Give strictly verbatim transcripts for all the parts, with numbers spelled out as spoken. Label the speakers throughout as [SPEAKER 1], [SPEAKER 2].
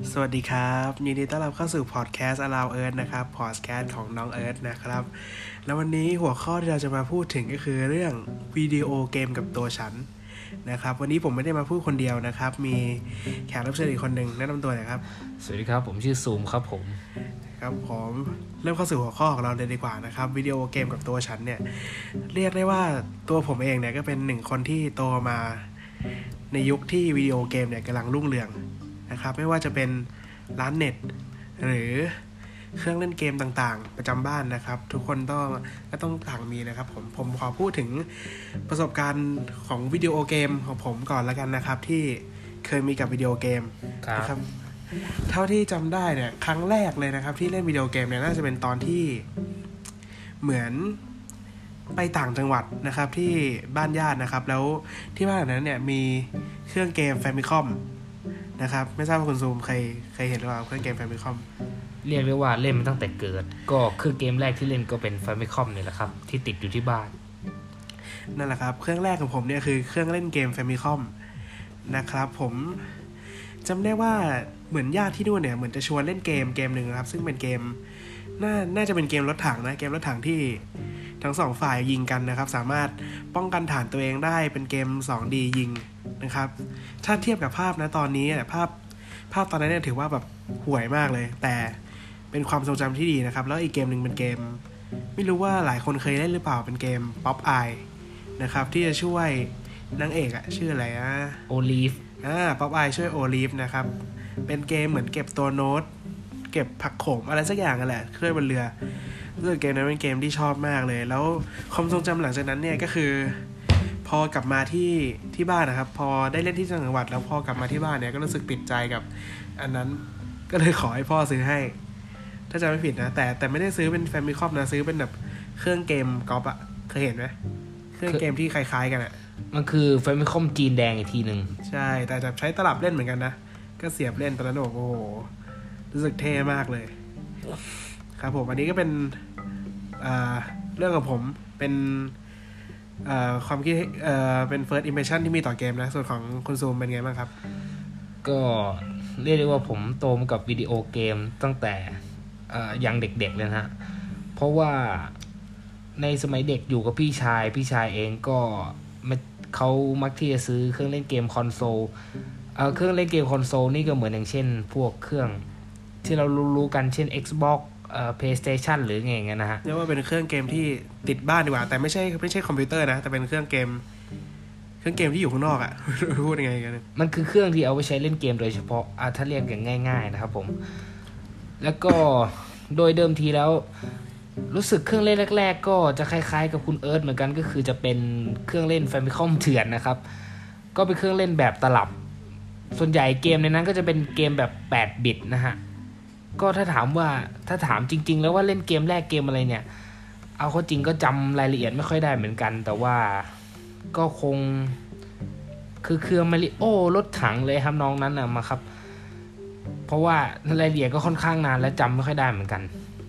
[SPEAKER 1] สวัสดีครับยินดีต้อนรับเข้าสู่พอดแคสต์ Allow Earth นะครับพอดแคสต์ของน้องเอิร์ธนะครับแล้ววันนี้หัวข้อที่เราจะมาพูดถึงก็คือเรื่องวิดีโอเกมกับตัวฉันนะครับวันนี้ผมไม่ได้มาพูดคนเดียวนะครับมีแขกรับเชิญอีกคนหนึ่งแนะนำตัวหน่อยครับ
[SPEAKER 2] สวัสดีครับผมชื่อซูมครับผม
[SPEAKER 1] ครับผมเริ่มเข้าสู่หัวข้อของเราเลยดีกว่านะครับวิดีโอเกมกับตัวฉันเนี่ยเรียกได้ว่าตัวผมเองเนี่ยก็เป็นหนึ่งคนที่โตมาในยุคที่วิดีโอเกมเนี่ยกำลังรุ่งเรืองนะครับไม่ว่าจะเป็นร้านเน็ตหรือเครื่องเล่นเกมต่างๆประจำบ้านนะครับทุกคนต้องก็ต้องต่างมีนะครับผมผมขอพูดถึงประสบการณ์ของวิดีโอเกมของผมก่อนแล้วกันนะครับที่เคยมีกับวิดีโอเกมนะครับเท่าที่จำได้เนี่ยครั้งแรกเลยนะครับที่เล่นวิดีโอเกมเนี่ยน่าจะเป็นตอนที่เหมือนไปต่างจังหวัดนะครับที่บ้านญาตินะครับแล้วที่บ้านนั้นเนี่ยมีเครื่องเกม Famicom นะครับไม่ทราบว่าคุณซูมเคยเคยเห็นหรือเปล่าเครื่องเกม Famicom
[SPEAKER 2] เรียกได้ว่าเล่นมาตั้งแต่เกิดก็คือเกมแรกที่เล่นก็เป็น Famicom นี่แหละครับที่ติดอยู่ที่บ้าน
[SPEAKER 1] นั่นแหละครับเครื่องแรกของผมเนี่ยคือเครื่องเล่นเกม Famicom นะครับผมจำได้ว่าเหมือนญาติที่นู่นเนี่ยเหมือนจะชวนเล่นเกมเกมหนึ่งครับซึ่งเป็นเกมน่าน่าจะเป็นเกมรถถังนะเกมรถถังที่ทั้งสองฝ่ายยิงกันนะครับสามารถป้องกันฐานตัวเองได้เป็นเกม สอง ดี ยิงนะครับถ้าเทียบกับภาพนะตอนนี้ภาพภาพตอนนั้นเนี่ยถือว่าแบบห่วยมากเลยแต่เป็นความทรงจำที่ดีนะครับแล้วอีกเกมนึงเป็นเกมไม่รู้ว่าหลายคนเคยเล่นหรือเปล่าเป็นเกม Pop Eye นะครับที่จะช่วยนางเอกอะชื่ออะไรนะ
[SPEAKER 2] โอลีฟ
[SPEAKER 1] อ่า Pop Eye ช่วยโอลีฟนะครับเป็นเกมเหมือนเก็บตัวโน้ตเก็บผักโขมอะไรสักอย่างกันแหละเคลื่อนบนเรือรู้สึกเกมนั้นเป็นเกมที่ชอบมากเลยแล้วความทรงจำหลังจากนั้นเนี่ยก็คือพอกลับมาที่ที่บ้านนะครับพอได้เล่นที่จังหวัดแล้วพอกลับมาที่บ้านเนี่ยก็รู้สึกติดใจกับอันนั้นก็เลยขอให้พ่อซื้อให้ถ้าจำไม่ผิดนะแต่แต่ไม่ได้ซื้อเป็น Famicom นะซื้อเป็นแบบเครื่องเกมกอล์ฟอะเคยเห็นไหมเครื่องเกมที่คล้ายๆกันอะ
[SPEAKER 2] มันคือ Famicom จีนแดงอีกทีนึง
[SPEAKER 1] ใช่แต่จะใช้ตลับเล่นเหมือนกันนะก็เสียบเล่นตอนนั้นโอ้โหรู้สึกเท่มากเลยครับผมอันนี้ก็เป็นเรื่องของผมเป็นความคิดเป็น first impression ที่มีต่อเกมนะส่วนของคุณซูมเป็นไงบ้างครับ
[SPEAKER 2] ก็เรียกได้ว่าผมโตมากับวิดีโอเกมตั้งแต่ยังเด็กๆเลยนะฮะเพราะว่าในสมัยเด็กอยู่กับพี่ชายพี่ชายเองก็เขามักที่จะซื้อเครื่องเล่นเกมคอนโซลเอ่อเครื่องเล่นเกมคอนโซลนี่ก็เหมือนอย่างเช่นพวกเครื่องที่เรารู้ๆกันเช่น Xbox เอ่อ PlayStation หรือไงอย่างเงี้ยนะฮะ
[SPEAKER 1] เรียกว่าเป็นเครื่องเกมที่ติดบ้านดีกว่าแต่ไม่ใช่ไม่ใช่คอมพิวเตอร์นะแต่เป็นเครื่องเกมเครื่องเกมที่อยู่ข้างนอกอ่ะพูดยังไงกัน
[SPEAKER 2] มันคือเครื่องที่เอาไว้ใช้เล่นเกมโดยเฉพาะอ่ะถ้าเรียกอย่างง่ายๆนะครับผมแล้วก็โดยเดิมทีแล้วรู้สึกเครื่องเล่นแรกๆก็จะคล้ายๆกับคุณเอิร์ธเหมือนกันก็คือจะเป็นเครื่องเล่น Famicom เถื่อนนะครับก็เป็นเครื่องเล่นแบบตลับส่วนใหญ่เกมในนั้นก็จะเป็นเกมแบบแปดบิตนะฮะก็ถ้าถามว่าถ้าถามจริงๆแล้วว่าเล่นเกมแรกเกมอะไรเนี่ยเอาเข้าจริงก็จำรายละเอียดไม่ค่อยได้เหมือนกันแต่ว่าก็คงคือเครื่องมาริโอรถถังเลยครับน้องนั้นนะมาครับเพราะว่ารายละเอียดก็ค่อนข้างนานและจำไม่ค่อยได้เหมือนกัน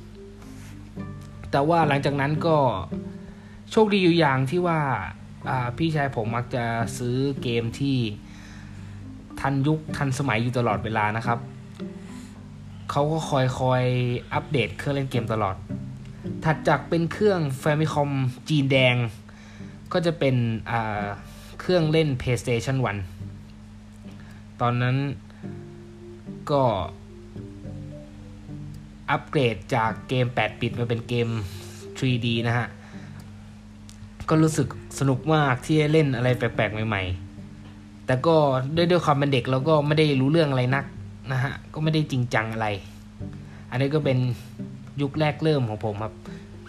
[SPEAKER 2] แต่ว่าหลังจากนั้นก็โชคดีอยู่อย่างที่ว่าพี่ชายผมมักจะซื้อเกมที่ทันยุคทันสมัยอยู่ตลอดเวลานะครับเขาก็คอยคอยอัปเดตเครื่องเล่นเกมตลอดถัดจากเป็นเครื่อง Famicom จีนแดงก็จะเป็นเครื่องเล่น PlayStation วันตอนนั้นก็อัปเกรดจากเกมแปดบิตมาเป็นเกม ทรี ดี นะฮะก็รู้สึกสนุกมากที่ได้เล่นอะไรแปลกๆใหม่ๆแต่ก็ด้วยด้วยความเป็นเด็กเราก็ไม่ได้รู้เรื่องอะไรนักนะฮะก็ไม่ได้จริงจังอะไรอันนี้ก็เป็นยุคแรกเริ่มของผมครับ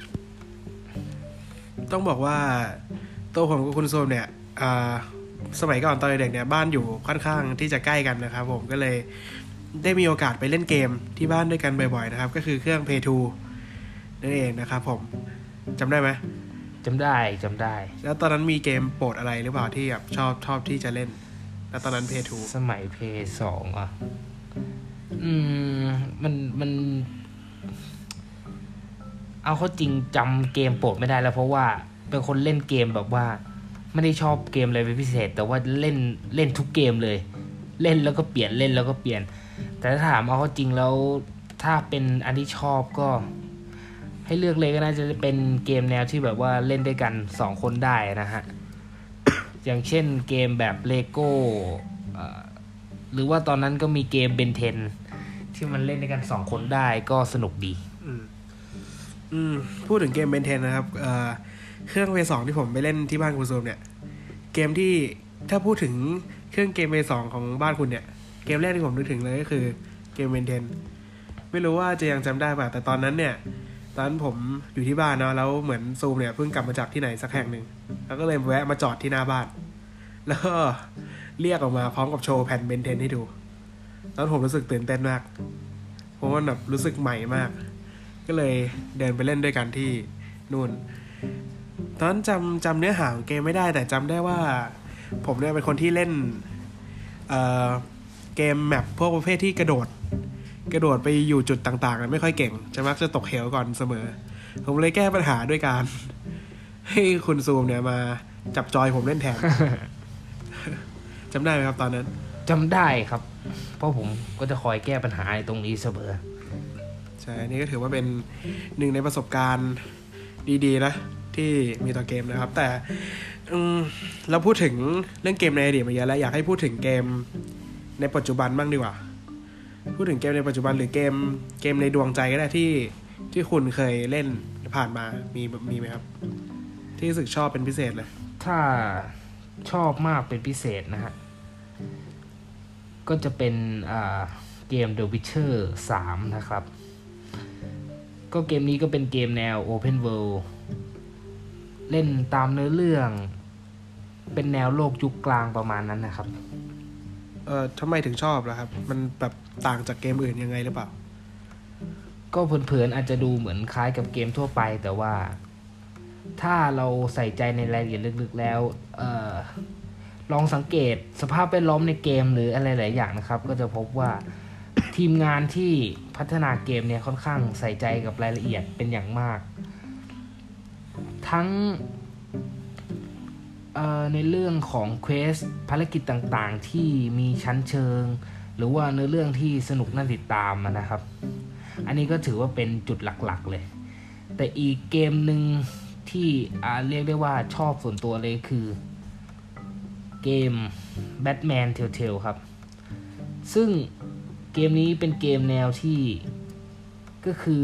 [SPEAKER 1] ต้องบอกว่าตัวผมกับคุณโซมเนี่ยสมัยก่อนตอนเด็กเนี่ยบ้านอยู่ค่อนข้างที่จะใกล้กันนะครับผมก็เลยได้มีโอกาสไปเล่นเกมที่บ้านด้วยกันบ่อยๆนะครับก็คือเครื่อง Play ทู นั่นเองนะครับผมจำได้ไหม
[SPEAKER 2] จำได้จำได้
[SPEAKER 1] แล้วตอนนั้นมีเกมโปรดอะไรหรือเปล่าที่แบบชอบชอบที่จะเล่นแล้วตอนนั้น Play ทู
[SPEAKER 2] สมัย Play สองอ่ะอืมมันมันเอาเข้าจริงจำเกมโปรดไม่ได้แล้วเพราะว่าเป็นคนเล่นเกมแบบว่าไม่ได้ชอบเกมอะไรเป็นพิเศษแต่ว่าเล่นเล่นทุกเกมเลยเล่นแล้วก็เปลี่ยนเล่นแล้วก็เปลี่ยนแต่ถ้าถามเอาเข้าจริงแล้วถ้าเป็นอันที่ชอบก็ให้เลือกเลยก็น่าจะเป็นเกมแนวที่แบบว่าเล่นด้วยกันสองคนได้นะฮะ อย่างเช่นเกมแบบเลโก้หรือว่าตอนนั้นก็มีเกมเบนเทนที่มันเล่นด้วยกันสองคนได้ก็สนุกดี
[SPEAKER 1] อืมอืมพูดถึงเกมเบนเทนนะครับเอ่อเครื่อง พี เอส สอง ที่ผมไปเล่นที่บ้านคุณซูมเนี่ยเกมที่ถ้าพูดถึงเครื่องเกม พี เอส สอง ของบ้านคุณเนี่ยเกมแรกที่ผมนึกถึงเลยก็คือเกมเบนเทนไม่รู้ว่าจะยังจำได้ป่ะแต่ตอนนั้นเนี่ยตอนนั้นผมอยู่ที่บ้านเนาะแล้วเหมือนซูมเนี่ยเพิ่งกลับมาจากที่ไหนสักแห่งหนึ่งแล้วก็เลยแวะมาจอดที่หน้าบ้านแล้วก็เรียกออกมาพร้อมกับโชว์แผ่นเบนเทนให้ดูแล้วผมรู้สึกตื่นเต้นมากเพราะว่าแบบรู้สึกใหม่มากก็เลยเดินไปเล่นด้วยกันที่นู่นตอนนั้นจำจำเนื้อหาของเกมไม่ได้แต่จำได้ว่าผมเนี่ยเป็นคนที่เล่นเอ่อเกมแมปพวกประเภทที่กระโดดกระโดดไปอยู่จุดต่างๆไม่ค่อยเก่งจะมักจะตกเหวก่อนเสมอผมเลยแก้ปัญหาด้วยการให้คุณซูมเนี่ยมาจับจอยผมเล่นแทน จำได้ไหมครับตอนนั้น
[SPEAKER 2] จำได้ครับเพราะผมก็จะคอยแก้ปัญหาตรงนี้เสมอ
[SPEAKER 1] ใช่นี่ก็ถือว่าเป็นหนึ่งในประสบการณ์ดีๆนะที่มีต่อเกมนะครับแต่เราพูดถึงเรื่องเกมในอดีตมาเยอะแล้วอยากให้พูดถึงเกมในปัจจุบันบ้างดีกว่าพูดถึงเกมในปัจจุบันหรือเกมเกมในดวงใจก็ได้ที่ที่คุณเคยเล่นผ่านมามีมีไหมครับที่รู้สึกชอบเป็นพิเศษเลย
[SPEAKER 2] ถ้าชอบมากเป็นพิเศษนะฮะก็จะเป็นอ่าเกม The Witcher สามนะครับก็เกมนี้ก็เป็นเกมแนว Open World เล่นตามเนื้อเรื่องเป็นแนวโลกยุคกลางประมาณนั้นนะครับ
[SPEAKER 1] เอ่อทำไมถึงชอบล่ะครับมันแบบต่างจากเกมอื่นยังไงหรือเปล่า
[SPEAKER 2] ก็เผินๆอาจจะดูเหมือนคล้ายกับเกมทั่วไปแต่ว่าถ้าเราใส่ใจในรายละเอียดลึกๆแล้วเอ่อลองสังเกตสภาพแวดล้อมในเกมหรืออะไรหลายอย่างนะครับก็จะพบว่าทีมงานที่พัฒนาเกมเนี่ยค่อนข้างใส่ใจกับรายละเอียดเป็นอย่างมากทั้งในเรื่องของเควสภารกิจต่างๆที่มีชั้นเชิงหรือว่าเนื้อเรื่องที่สนุกน่าติดตามนะครับอันนี้ก็ถือว่าเป็นจุดหลักๆเลยแต่อีกเกมหนึ่งที่เรียกได้ว่าชอบส่วนตัวเลยคือเกม Batman Telltale ครับซึ่งเกมนี้เป็นเกมแนวที่ก็คือ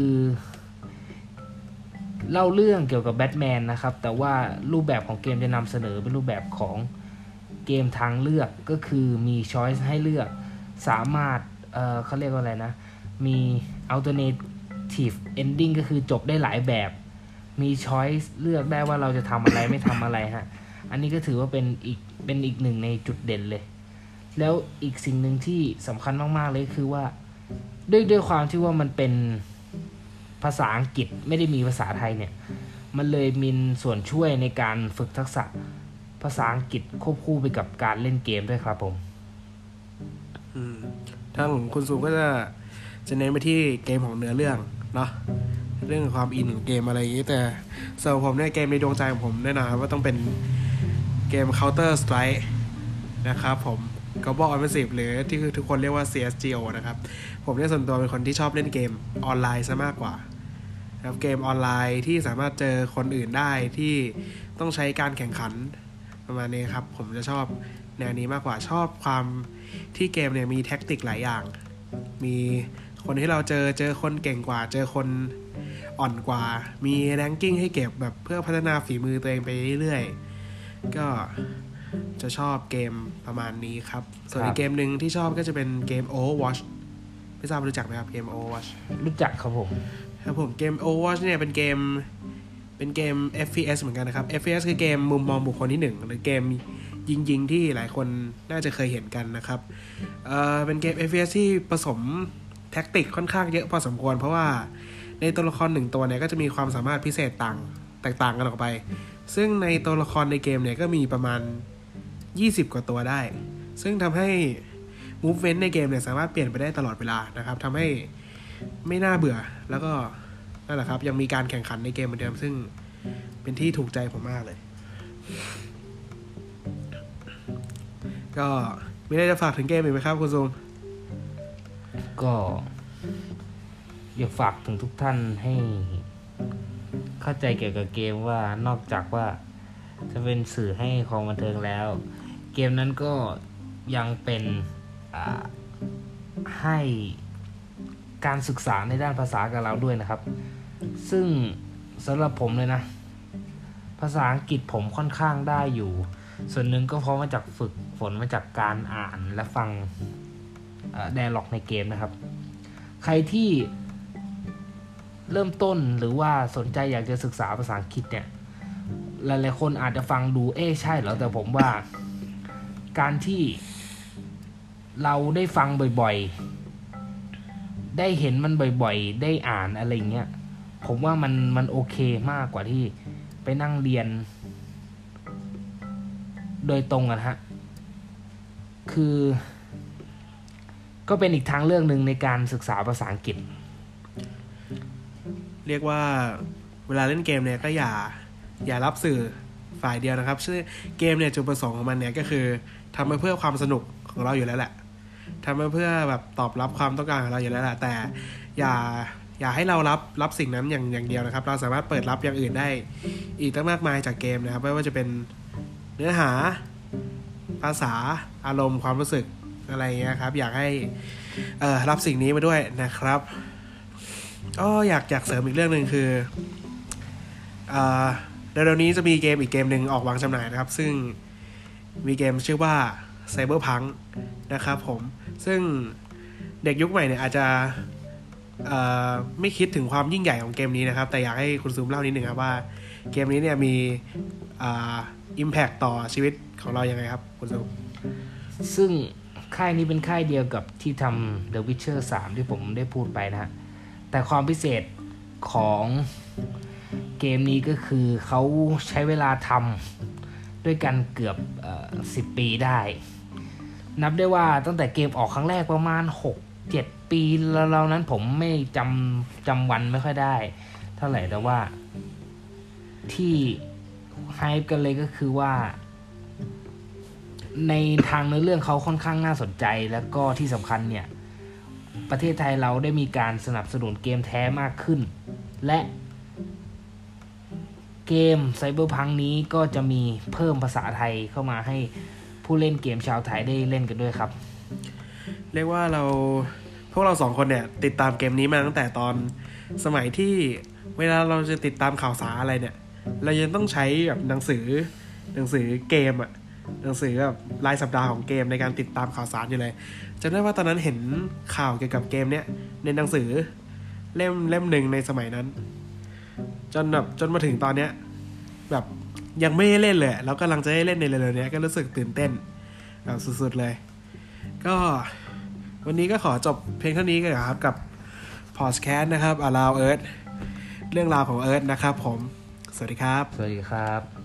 [SPEAKER 2] เล่าเรื่องเกี่ยวกับแบทแมนนะครับแต่ว่ารูปแบบของเกมจะนำเสนอเป็นรูปแบบของเกมทางเลือกก็คือมีช้อยส์ให้เลือกสามารถ เอ่อ เขาเรียกว่าอะไรนะมี alternative ending ก็คือจบได้หลายแบบมีช้อยส์เลือกได้ว่าเราจะทำอะไรไม่ทำอะไรฮะอันนี้ก็ถือว่าเป็นอีกเป็นอีกหนึ่งในจุดเด่นเลยแล้วอีกสิ่งหนึ่งที่สำคัญมากๆเลยคือว่าด้วยด้วยความที่ว่ามันเป็นภาษาอังกฤษไม่ได้มีภาษาไทยเนี่ยมันเลยมีส่วนช่วยในการฝึกทักษะภาษาอังกฤษควบคู่ไปกับการเล่นเกมด้วยครับผม
[SPEAKER 1] อืมทางคุณซูก็จะจะเน้นไปที่เกมของเนื้อเรื่องเนาะเรื่องความอินของเกมอะไรอย่างนี้แต่สำหรับผมเนี่ยเกมในดวงใจของผมแน่นอนว่าต้องเป็นเกม Counter Strike นะครับผม Global Offensive หรือที่ทุกคนเรียกว่า ซี เอส จี โอ นะครับผมเนี่ยส่วนตัวเป็นคนที่ชอบเล่นเกมออนไลน์ซะมากกว่าครับเกมออนไลน์ที่สามารถเจอคนอื่นได้ที่ต้องใช้การแข่งขันประมาณนี้ครับผมจะชอบแนวนี้มากกว่าชอบความที่เกมเนี่ยมีแท็กติกหลายอย่างมีคนที่เราเจอเจอคนเก่งกว่าเจอคนอ่อนกว่ามีแรงกิ้งให้เก็บแบบเพื่อพัฒนาฝีมือตัวเองไปเรื่อยๆก็จะชอบเกมประมาณนี้ครับส่วนอีกเกมนึงที่ชอบก็จะเป็นเกม Overwatch ไม่ทราบรู้จักไหมครับเกม Overwatch
[SPEAKER 2] รู้จักครับผม
[SPEAKER 1] ครับผมเกม Overwatch เนี่ยเป็นเกมเป็นเกม เอฟ พี เอส เหมือนกันนะครับ เอฟ พี เอส คือเกมมุมมองบุคคลที่หนึ่งหรือเกมยิงๆที่หลายคนน่าจะเคยเห็นกันนะครับเอ่อเป็นเกม เอฟ พี เอส ที่ผสมแท็กติกค่อนข้างเยอะพอสมควรเพราะว่าในตัวละครหนึ่งตัวเนี่ยก็จะมีความสามารถพิเศษต่างแตกต่างกันออกไปซึ่งในตัวละครในเกมเนี่ยก็มีประมาณยี่สิบกว่าตัวได้ซึ่งทำให้ movement ในเกมเนี่ยสามารถเปลี่ยนไปได้ตลอดเวลานะครับทำให้ไม่น่าเบื่อแล้วก็นั่นแหละครับยังมีการแข่งขันในเกมเหมือนเดิมซึ่งเป็นที่ถูกใจผมมากเลยก็มีอะไรจะฝากถึงเกมอีกไหมครับคุณซูม
[SPEAKER 2] ก็อยากฝากถึงทุกท่านให้เข้าใจเกี่ยวกับเกมว่านอกจากว่าจะเป็นสื่อให้ความบันเทิงแล้วเกมนั้นก็ยังเป็นให้การศึกษาในด้านภาษากับเราด้วยนะครับซึ่งสำหรับผมเลยนะภาษาอังกฤษผมค่อนข้างได้อยู่ส่วนหนึ่งก็เพราะมาจากฝึกฝนมาจากการอ่านและฟังไดอะล็อกในเกมนะครับใครที่เริ่มต้นหรือว่าสนใจอยากจะศึกษาภาษาอังกฤษเนี่ยหลายๆคนอาจจะฟังดูเอ๊ะใช่เหรอแต่ผมว่าการที่เราได้ฟังบ่อยๆได้เห็นมันบ่อยๆได้อ่านอะไรเงี้ยผมว่ามันมันโอเคมากกว่าที่ไปนั่งเรียนโดยตรงอะฮะคือก็เป็นอีกทางเลือกหนึ่งในการศึกษาภาษาอังกฤษ
[SPEAKER 1] เรียกว่าเวลาเล่นเกมเนี่ยก็อย่าอย่ารับสื่อฝ่ายเดียวนะครับซึ่งเกมเนี่ยจุดประสงค์ของมันเนี่ยก็คือทำมาเพื่อความสนุกของเราอยู่แล้วแหละทำมาเพื่อแบบตอบรับความต้องการของเราอยู่แล้วแหละแต่อย่าอย่าให้เรารับรับสิ่งนั้นอย่างอย่างเดียวนะครับเราสามารถเปิดรับอย่างอื่นได้อีกตั้งมากมายจากเกมนะครับไม่ว่าจะเป็นเนื้อหาภาษาอารมณ์ความรู้สึกอะไรเงี้ยครับอยากให้เอ่อรับสิ่งนี้มาด้วยนะครับก็อยากอยากเสริมอีกเรื่องนึงคือเอ่อเดี๋ยวนี้จะมีเกมอีกเกมนึงออกวางจำหน่ายนะครับซึ่งมีเกมชื่อว่า Cyberpunk นะครับผมซึ่งเด็กยุคใหม่เนี่ยอาจจะเอ่อไม่คิดถึงความยิ่งใหญ่ของเกมนี้นะครับแต่อยากให้คุณซูมเล่านิดนึงครับว่าเกมนี้เนี่ยมีอ่า impact ต่อชีวิตของเรายังไงครับคุณซูม
[SPEAKER 2] ซึ่งค่ายนี้เป็นค่ายเดียวกับที่ทำ The Witcher สาม ที่ผมได้พูดไปนะฮะแต่ความพิเศษของเกมนี้ก็คือเขาใช้เวลาทำด้วยกันเกือบเอ่อสิบปีได้นับได้ว่าตั้งแต่เกมออกครั้งแรกประมาณ หกเจ็ด ปีแล้วนั้นผมไม่จำจำวันไม่ค่อยได้เท่าไหร่แต่ว่าที่ไฮป์กันเลยก็คือว่าในทางเนื้อเรื่องเขาค่อนข้างน่าสนใจแล้วก็ที่สำคัญเนี่ยประเทศไทยเราได้มีการสนับสนุนเกมแท้มากขึ้นและเกม Cyberpunk นี้ก็จะมีเพิ่มภาษาไทยเข้ามาให้ผู้เล่นเกมชาวไทยได้เล่นกันด้วยครับ
[SPEAKER 1] เรียกว่าเราพวกเราสองคนเนี่ยติดตามเกมนี้มาตั้งแต่ตอนสมัยที่เวลาเราจะติดตามข่าวสารอะไรเนี่ยเรายังต้องใช้แบบหนังสือหนังสือเกมอะหนังสือแบบรายสัปดาห์ของเกมในการติดตามข่าวสารอยู่เลยจำได้ว่าตอนนั้นเห็นข่าวเกี่ยวกับเกมเนี้ยในหนังสือเล่มเล่มหนึ่งในสมัยนั้นจนแบบจนมาถึงตอนเนี้ยแบบยังไม่ได้เล่นเลยแล้วกำลังจะได้เล่นในเร็วๆนี้ก็รู้สึกตื่นเต้นแบบสุดๆเลยก็วันนี้ก็ขอจบเพียงเท่านี้กันครับกับพอดแคสต์นะครับ Around Earth เรื่องราวของ Earth นะครับผมสวัสดีครับ
[SPEAKER 2] สวัสดีครับ